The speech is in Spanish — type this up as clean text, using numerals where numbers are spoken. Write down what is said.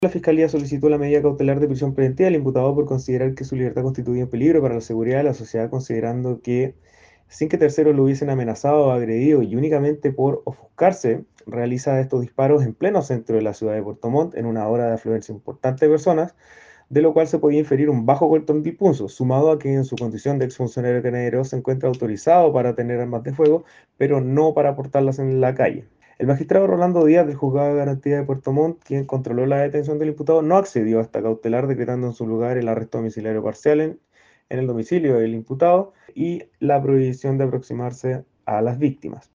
La Fiscalía solicitó la medida cautelar de prisión preventiva al imputado por considerar que su libertad constituía un peligro para la seguridad de la sociedad, considerando que, sin que terceros lo hubiesen amenazado o agredido y únicamente por ofuscarse, realiza estos disparos en pleno centro de la ciudad de Puerto Montt en una hora de afluencia importante de personas, de lo cual se podía inferir un bajo control de impulso, sumado a que en su condición de exfuncionario carabinero se encuentra autorizado para tener armas de fuego, pero no para portarlas en la calle. El magistrado Rolando Díaz del Juzgado de Garantía de Puerto Montt, quien controló la detención del imputado, no accedió a esta cautelar, decretando en su lugar el arresto domiciliario parcial en el domicilio del imputado y la prohibición de aproximarse a las víctimas.